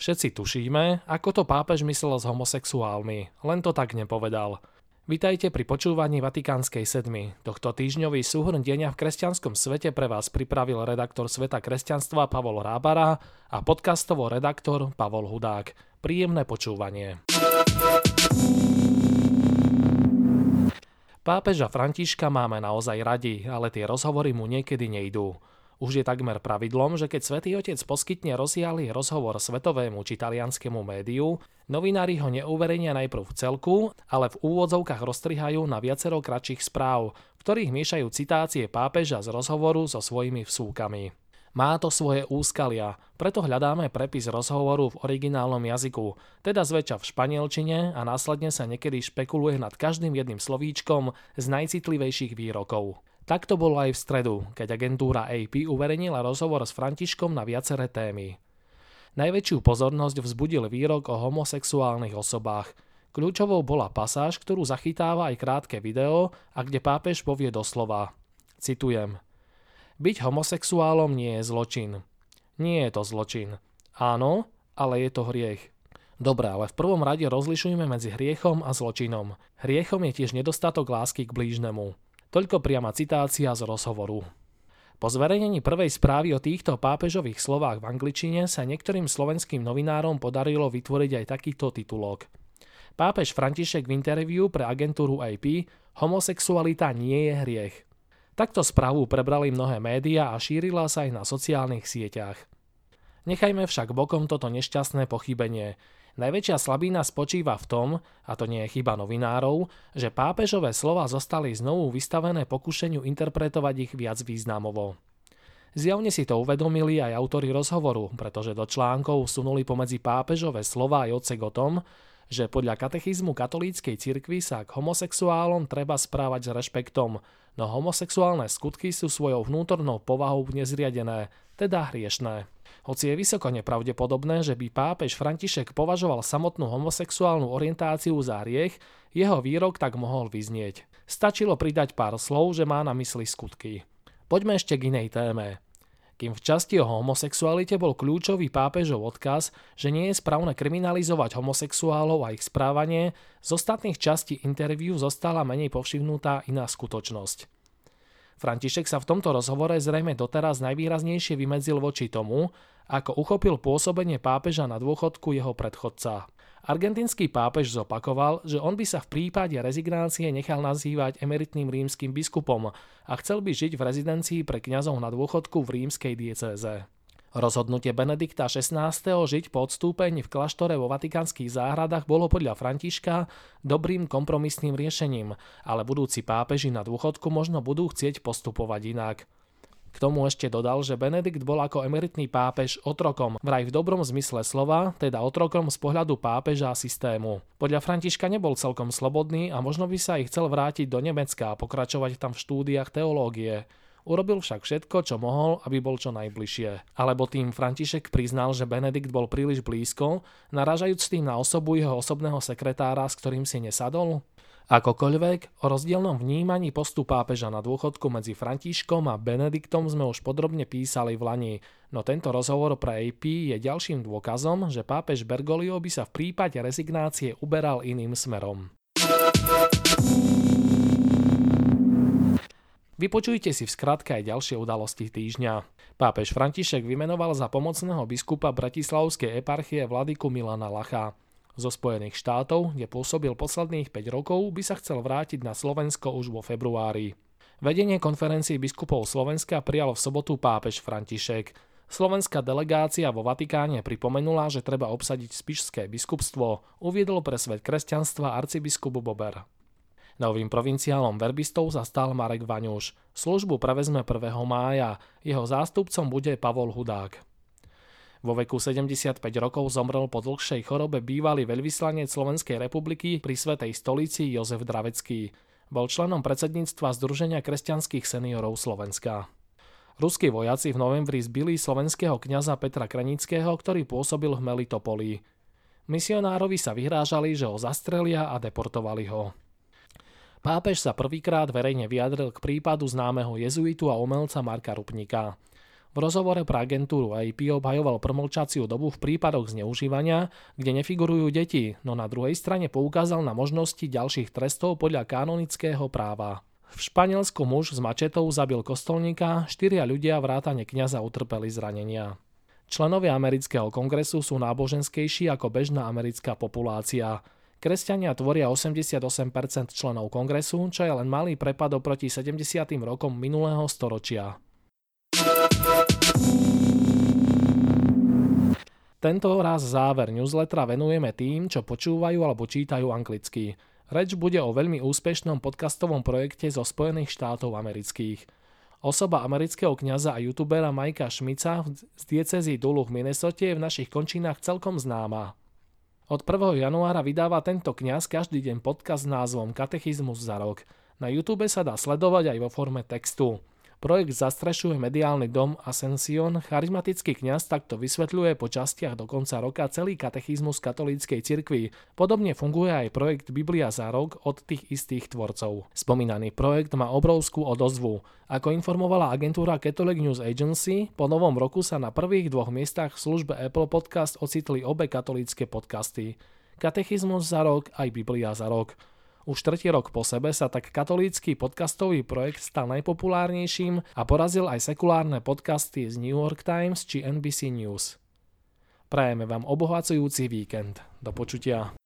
Všetci tušíme, ako to pápež myslel s homosexuálmi, len to tak nepovedal. Vitajte pri počúvaní Vatikánskej sedmy. Tohto týždňový súhrn denia v kresťanskom svete pre vás pripravil redaktor Sveta kresťanstva Pavol Rábara a podcastovo redaktor Pavol Hudák. Príjemné počúvanie. Pápeža Františka máme naozaj radi, ale tie rozhovory mu niekedy nejdú. Už je takmer pravidlom, že keď Svätý Otec poskytne rozsiahly rozhovor svetovému či talianskému médiu, novinári ho neuverejnia najprv v celku, ale v úvodzovkách roztrihajú na viacero kratších správ, v ktorých miešajú citácie pápeža z rozhovoru so svojimi vsúkami. Má to svoje úskalia, preto hľadáme prepis rozhovoru v originálnom jazyku, teda zväčša v španielčine a následne sa niekedy špekuluje nad každým jedným slovíčkom z najcitlivejších výrokov. Tak to bolo aj v stredu, keď agentúra AP uverejnila rozhovor s Františkom na viaceré témy. Najväčšiu pozornosť vzbudil výrok o homosexuálnych osobách. Kľúčovou bola pasáž, ktorú zachytáva aj krátke video a kde pápež povie doslova, citujem: Byť homosexuálom nie je zločin. Nie je to zločin. Áno, ale je to hriech. Dobre, ale v prvom rade rozlišujme medzi hriechom a zločinom. Hriechom je tiež nedostatok lásky k blížnemu. Toľko priama citácia z rozhovoru. Po zverejnení prvej správy o týchto pápežových slovách v angličtine sa niektorým slovenským novinárom podarilo vytvoriť aj takýto titulok. Pápež František v interviu pre agentúru AP: Homosexualita nie je hriech. Takto správu prebrali mnohé médiá a šírila sa aj na sociálnych sieťach. Nechajme však bokom toto nešťastné pochybenie. Najväčšia slabina spočíva v tom, a to nie je chyba novinárov, že pápežové slova zostali znovu vystavené pokušeniu interpretovať ich viac významovo. Zjavne si to uvedomili aj autori rozhovoru, pretože do článkov vsunuli pomedzi pápežové slova aj odsek o tom, že podľa katechizmu katolíckej cirkvi sa k homosexuálom treba správať s rešpektom, no homosexuálne skutky sú svojou vnútornou povahou nezriadené, teda hriešné. Hoci je vysoko nepravdepodobné, že by pápež František považoval samotnú homosexuálnu orientáciu za hriech, jeho výrok tak mohol vyznieť. Stačilo pridať pár slov, že má na mysli skutky. Poďme ešte k inej téme. Kým v časti o homosexualite bol kľúčový pápežov odkaz, že nie je správne kriminalizovať homosexuálov a ich správanie, z ostatných častí interviu zostala menej povšimnutá iná skutočnosť. František sa v tomto rozhovore zrejme doteraz najvýraznejšie vymedzil voči tomu, ako uchopil pôsobenie pápeža na dôchodku jeho predchodca. Argentínsky pápež zopakoval, že on by sa v prípade rezignácie nechal nazývať emeritným rímskym biskupom a chcel by žiť v rezidencii pre kňazov na dôchodku v rímskej diecéze. Rozhodnutie Benedikta XVI. Žiť po odstúpení v kláštore vo vatikánskych záhradách bolo podľa Františka dobrým kompromisným riešením, ale budúci pápeži na dôchodku možno budú chcieť postupovať inak. K tomu ešte dodal, že Benedikt bol ako emeritný pápež otrokom, vraj v dobrom zmysle slova, teda otrokom z pohľadu pápeža a systému. Podľa Františka nebol celkom slobodný a možno by sa aj chcel vrátiť do Nemecka a pokračovať tam v štúdiách teológie. Urobil však všetko, čo mohol, aby bol čo najbližšie. Alebo tým František priznal, že Benedikt bol príliš blízko, narážajúc tým na osobu jeho osobného sekretára, s ktorým si nesadol? Akokoľvek, o rozdielnom vnímaní postu pápeža na dôchodku medzi Františkom a Benediktom sme už podrobne písali v lani, no tento rozhovor pre AP je ďalším dôkazom, že pápež Bergoglio by sa v prípade rezignácie uberal iným smerom. Vypočujte si v skratke aj ďalšie udalosti týždňa. Pápež František vymenoval za pomocného biskupa bratislavskej eparchie vladyku Milana Lacha. Zo Spojených štátov, kde pôsobil posledných 5 rokov, by sa chcel vrátiť na Slovensko už vo februári. Vedenie konferencie biskupov Slovenska prijal v sobotu pápež František. Slovenská delegácia vo Vatikáne pripomenula, že treba obsadiť spišské biskupstvo, uviedol pre Svet kresťanstva arcibiskup Bober. Novým provinciálom verbistov sa stal Marek Vaňuš. Službu prevezme 1. mája, jeho zástupcom bude Pavol Hudák. Vo veku 75 rokov zomrel po dlhšej chorobe bývalý veľvyslanec Slovenskej republiky pri Svätej stolici Jozef Dravecký. Bol členom predsedníctva Združenia kresťanských seniorov Slovenska. Ruskí vojaci v novembri zbili slovenského kňaza Petra Krenického, ktorý pôsobil v Melitopoli. Misionárovi sa vyhrážali, že ho zastrelia a deportovali ho. Pápež sa prvýkrát verejne vyjadril k prípadu známeho jezuitu a umelca Marka Rupnika. V rozhovore pre agentúru AP obhajoval premlčaciu dobu v prípadoch zneužívania, kde nefigurujú deti, no na druhej strane poukázal na možnosti ďalších trestov podľa kanonického práva. V Španielsku muž s mačetou zabil kostolníka, 4 ľudia vrátane kňaza utrpeli zranenia. Členovia amerického kongresu sú náboženskejší ako bežná americká populácia. Kresťania tvoria 88% členov kongresu, čo je len malý prepad oproti 70. rokom minulého storočia. Tento raz záver newslettera venujeme tým, čo počúvajú alebo čítajú anglicky. Reč bude o veľmi úspešnom podcastovom projekte zo Spojených štátov amerických. Osoba amerického kňaza a youtubera Mikea Schmitza z diecézy Duluth v Minnesote je v našich končinách celkom známa. Od 1. januára vydáva tento kňaz každý deň podcast s názvom Katechizmus za rok. Na YouTube sa dá sledovať aj vo forme textu. Projekt zastrešuje mediálny dom Ascension, charizmatický kňaz takto vysvetľuje po častiach do konca roka celý katechizmus katolíckej cirkvi. Podobne funguje aj projekt Biblia za rok od tých istých tvorcov. Spomínaný projekt má obrovskú odozvu. Ako informovala agentúra Catholic News Agency, po novom roku sa na prvých 2 miestach v službe Apple Podcast ocitli obe katolícke podcasty. Katechizmus za rok aj Biblia za rok. Už 3. rok po sebe sa tak katolícky podcastový projekt stal najpopulárnejším a porazil aj sekulárne podcasty z New York Times či NBC News. Prajeme vám obohacujúci víkend. Do počutia.